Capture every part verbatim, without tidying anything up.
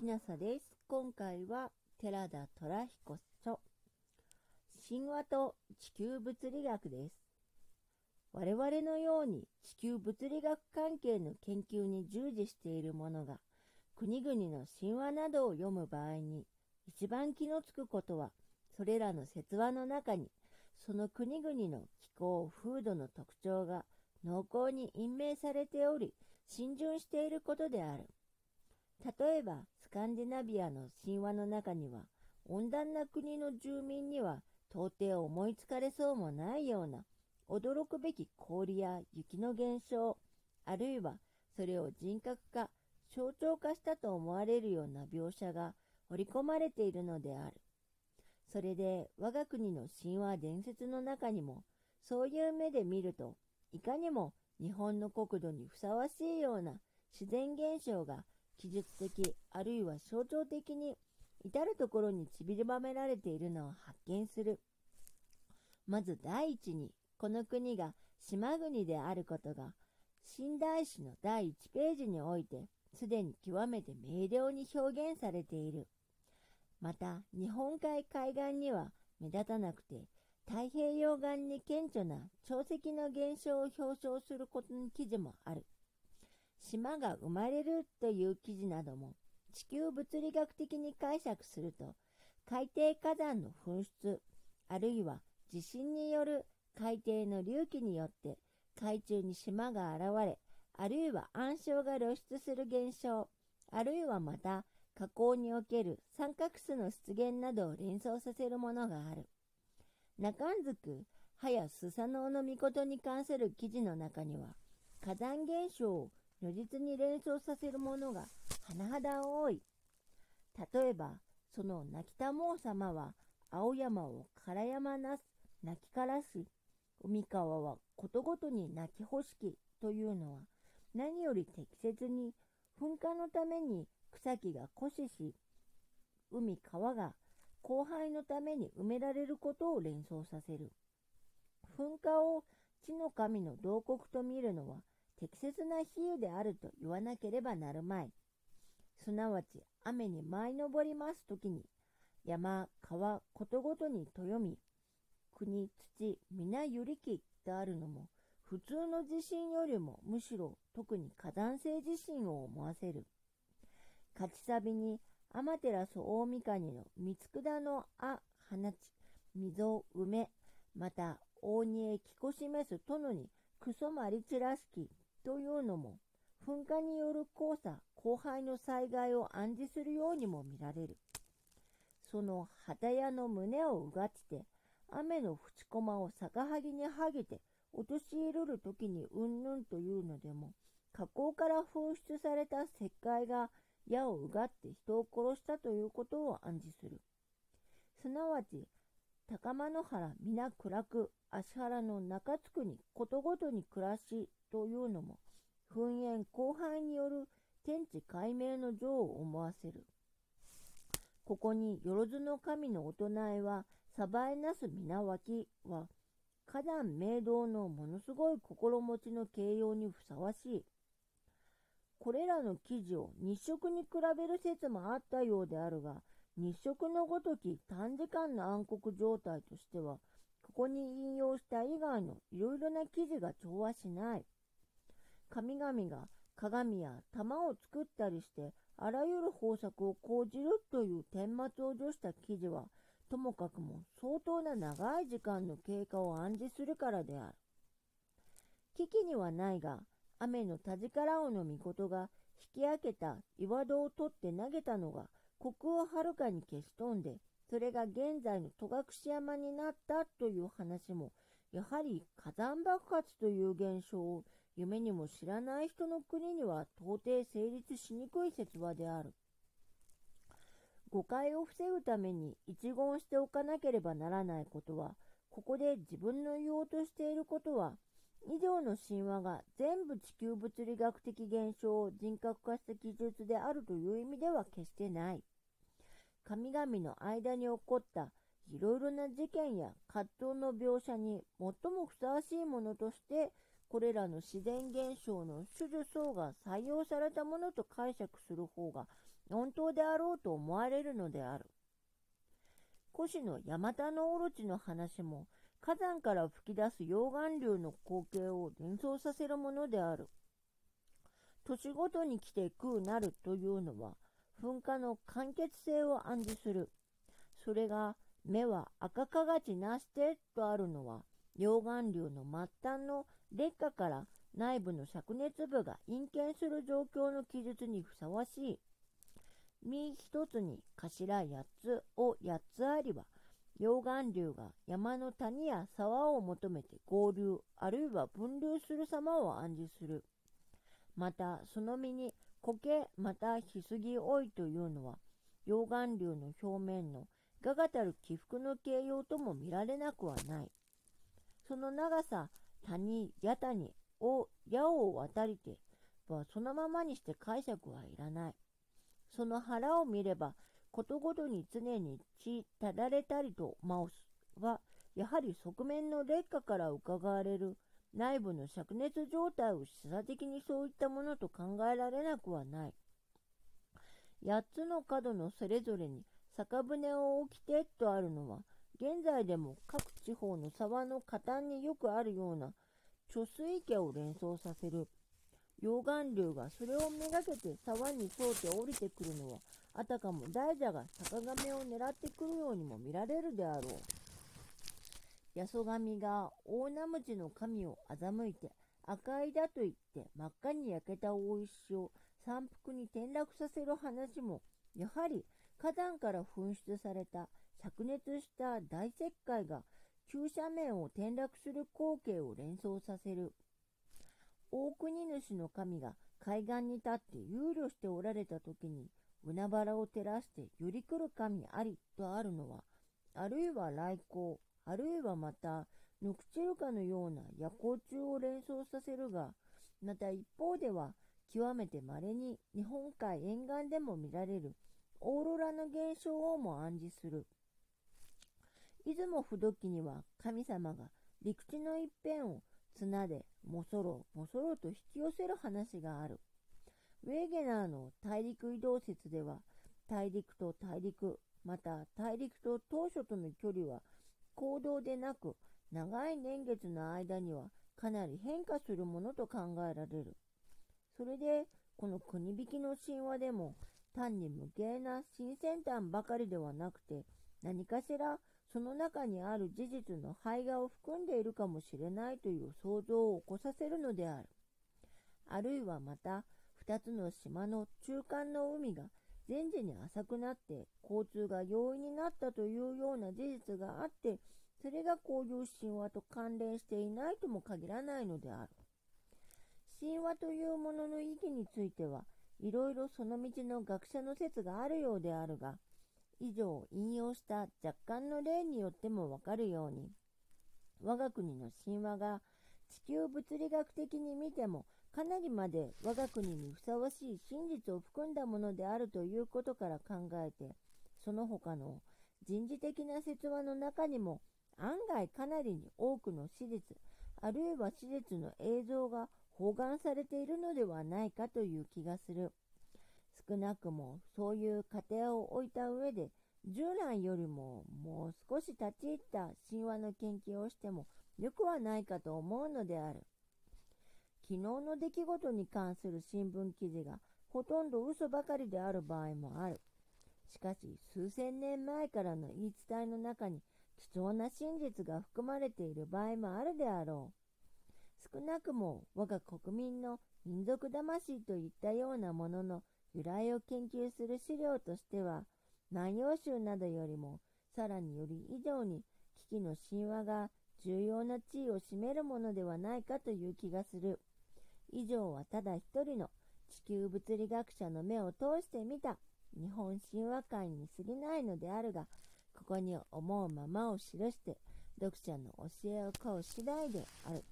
なさです。今回は寺田虎彦著神話と地球物理学です。我々のように地球物理学関係の研究に従事している者が国々の神話などを読む場合に一番気のつくことは、それらの説話の中にその国々の気候風土の特徴が濃厚に隠明されており浸潤していることである。例えばスカンディナビアの神話の中には、温暖な国の住民には到底思いつかれそうもないような驚くべき氷や雪の現象、あるいはそれを人格化象徴化したと思われるような描写が織り込まれているのである。それで我が国の神話伝説の中にも、そういう目で見るといかにも日本の国土にふさわしいような自然現象が記述的あるいは象徴的に至るところにちりばめられているのを発見する。まず第一に、この国が島国であることが新大史のだいいちページにおいてすでに極めて明瞭に表現されている。また日本海海岸には目立たなくて太平洋岸に顕著な潮汐の現象を表彰することの記事もある。島が生まれるという記事なども地球物理学的に解釈すると、海底火山の噴出あるいは地震による海底の隆起によって海中に島が現れ、あるいは暗礁が露出する現象、あるいはまた火口における三角巣の出現などを連想させるものがある。中んずく早スサノオノミコトに関する記事の中には、火山現象を如実に連想させるものが甚だ多い。例えばその泣きたもう様は青山を唐山なす泣きからし、海川はことごとに泣き干しきというのは、何より適切に噴火のために草木が枯死し、海川が降灰のために埋められることを連想させる。噴火を地の神の洞窟と見るのは適切な比喩であると言わなければなるまい。すなわち雨に舞い上りますときに、山川ことごとにとよみ、国土皆ゆりきであるのも、普通の地震よりもむしろ特に火山性地震を思わせる。勝ちサビに天照大神の三佃のあ放ち溝埋め、また大にへきこ示す殿にクソまりちらすきというのも、噴火による黄砂降灰の災害を暗示するようにも見られる。その旗屋の胸をうがちて、雨の淵駒を逆はぎにはげて陥るるときにうんぬんというのでも、火口から噴出された石灰が矢をうがって人を殺したということを暗示する。すなわち高間の原皆暗く、芦原の中津区にことごとに暮らしというのも、噴煙降灰による天地解明の情を思わせる。ここによろずの神のお唱えはさばえなす皆脇は、火山明道のものすごい心持ちの形容にふさわしい。これらの記事を日食に比べる説もあったようであるが、日食のごとき短時間の暗黒状態としては、ここに引用した以外のいろいろな記事が調和しない。神々が鏡や玉を作ったりしてあらゆる方策を講じるという顛末を除した記事は、ともかくも相当な長い時間の経過を暗示するからである。危機にはないが、雨の田力王の御事が引き開けた岩戸を取って投げたのが虚空をはるかに消し飛んで、それが現在の戸隠山になったという話も、やはり火山爆発という現象を夢にも知らない人の国には到底成立しにくい説話である。誤解を防ぐために一言しておかなければならないことは、ここで自分の言おうとしていることは、以上の神話が全部地球物理学的現象を人格化した記述であるという意味では決してない。神々の間に起こったいろいろな事件や葛藤の描写に最もふさわしいものとして、これらの自然現象の種々相が採用されたものと解釈する方が本当であろうと思われるのである。古紙のヤマタノオロチの話も火山から吹き出す溶岩流の光景を連想させるものである。年ごとに来て空なるというのは噴火の完結性を暗示する。それが目は赤かがちなしてとあるのは溶岩流の末端の劣化から内部の灼熱部が陰険する状況の記述にふさわしい。身一つに頭八つを八つありは、溶岩流が山の谷や沢を求めて合流あるいは分流する様を暗示する。またその身に苔またひすぎ追いというのは、溶岩流の表面のががたる起伏の形容とも見られなくはない。その長さ谷や谷を矢を渡りてはそのままにして解釈はいらない。その腹を見ればことごとに常に血ただれたりとマウスはやはり側面の劣化からうかがわれる内部の灼熱状態を示唆的にそういったものと考えられなくはない。八つの角のそれぞれに酒舟を置きてとあるのは、現在でも各地方の沢の下端によくあるような貯水池を連想させる。溶岩流がそれをめがけて沢に沿うて降りてくるのは、あたかも大蛇が坂上を狙ってくるようにも見られるであろう。八十神が大名鞭の神を欺いて赤いだと言って真っ赤に焼けた大石を山腹に転落させる話も、やはり火山から噴出された灼熱した大石灰が急斜面を転落する光景を連想させる。大国主の神が海岸に立って憂慮しておられた時に海原を照らしてより来る神ありとあるのは、あるいは来光、あるいはまたノクチルカのような夜光虫を連想させるが、また一方では極めて稀に日本海沿岸でも見られるオーロラの現象をも暗示する。出雲不時には神様が陸地の一辺を綱でもそろもそろと引き寄せる話がある。ウェーゲナーの大陸移動説では、大陸と大陸、また大陸と当初との距離は行動でなく、長い年月の間にはかなり変化するものと考えられる。それでこの国引きの神話でも単に無形な新先端ばかりではなくて、何かしらその中にある事実の胚芽を含んでいるかもしれないという想像を起こさせるのである。あるいはまた二つの島の中間の海が前時に浅くなって交通が容易になったというような事実があって、それがこういう神話と関連していないとも限らないのである。神話というものの意義についてはいろいろその道の学者の説があるようであるが、以上引用した若干の例によってもわかるように、我が国の神話が地球物理学的に見てもかなりまで我が国にふさわしい真実を含んだものであるということから考えて、その他の人事的な説話の中にも案外かなりに多くの史実、あるいは史実の映像が包含されているのではないかという気がする。少なくもそういう過程を置いた上で、従来よりももう少し立ち入った神話の研究をしてもよくはないかと思うのである。昨日の出来事に関する新聞記事がほとんど嘘ばかりである場合もある。しかし数千年前からの言い伝えの中に貴重な真実が含まれている場合もあるであろう。少なくも我が国民の民族魂といったようなものの由来を研究する資料としては、万葉集などよりもさらにより以上に危機の神話が重要な地位を占めるものではないかという気がする。以上はただ一人の地球物理学者の目を通してみた日本神話界に過ぎないのであるが、ここに思うままを記して読者の教えを請う次第である。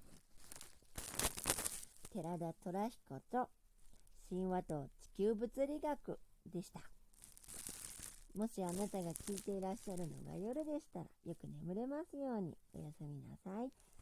寺田虎彦と神話と地球物理学でした。もしあなたが聞いていらっしゃるのが夜でしたら、よく眠れますように。おやすみなさい。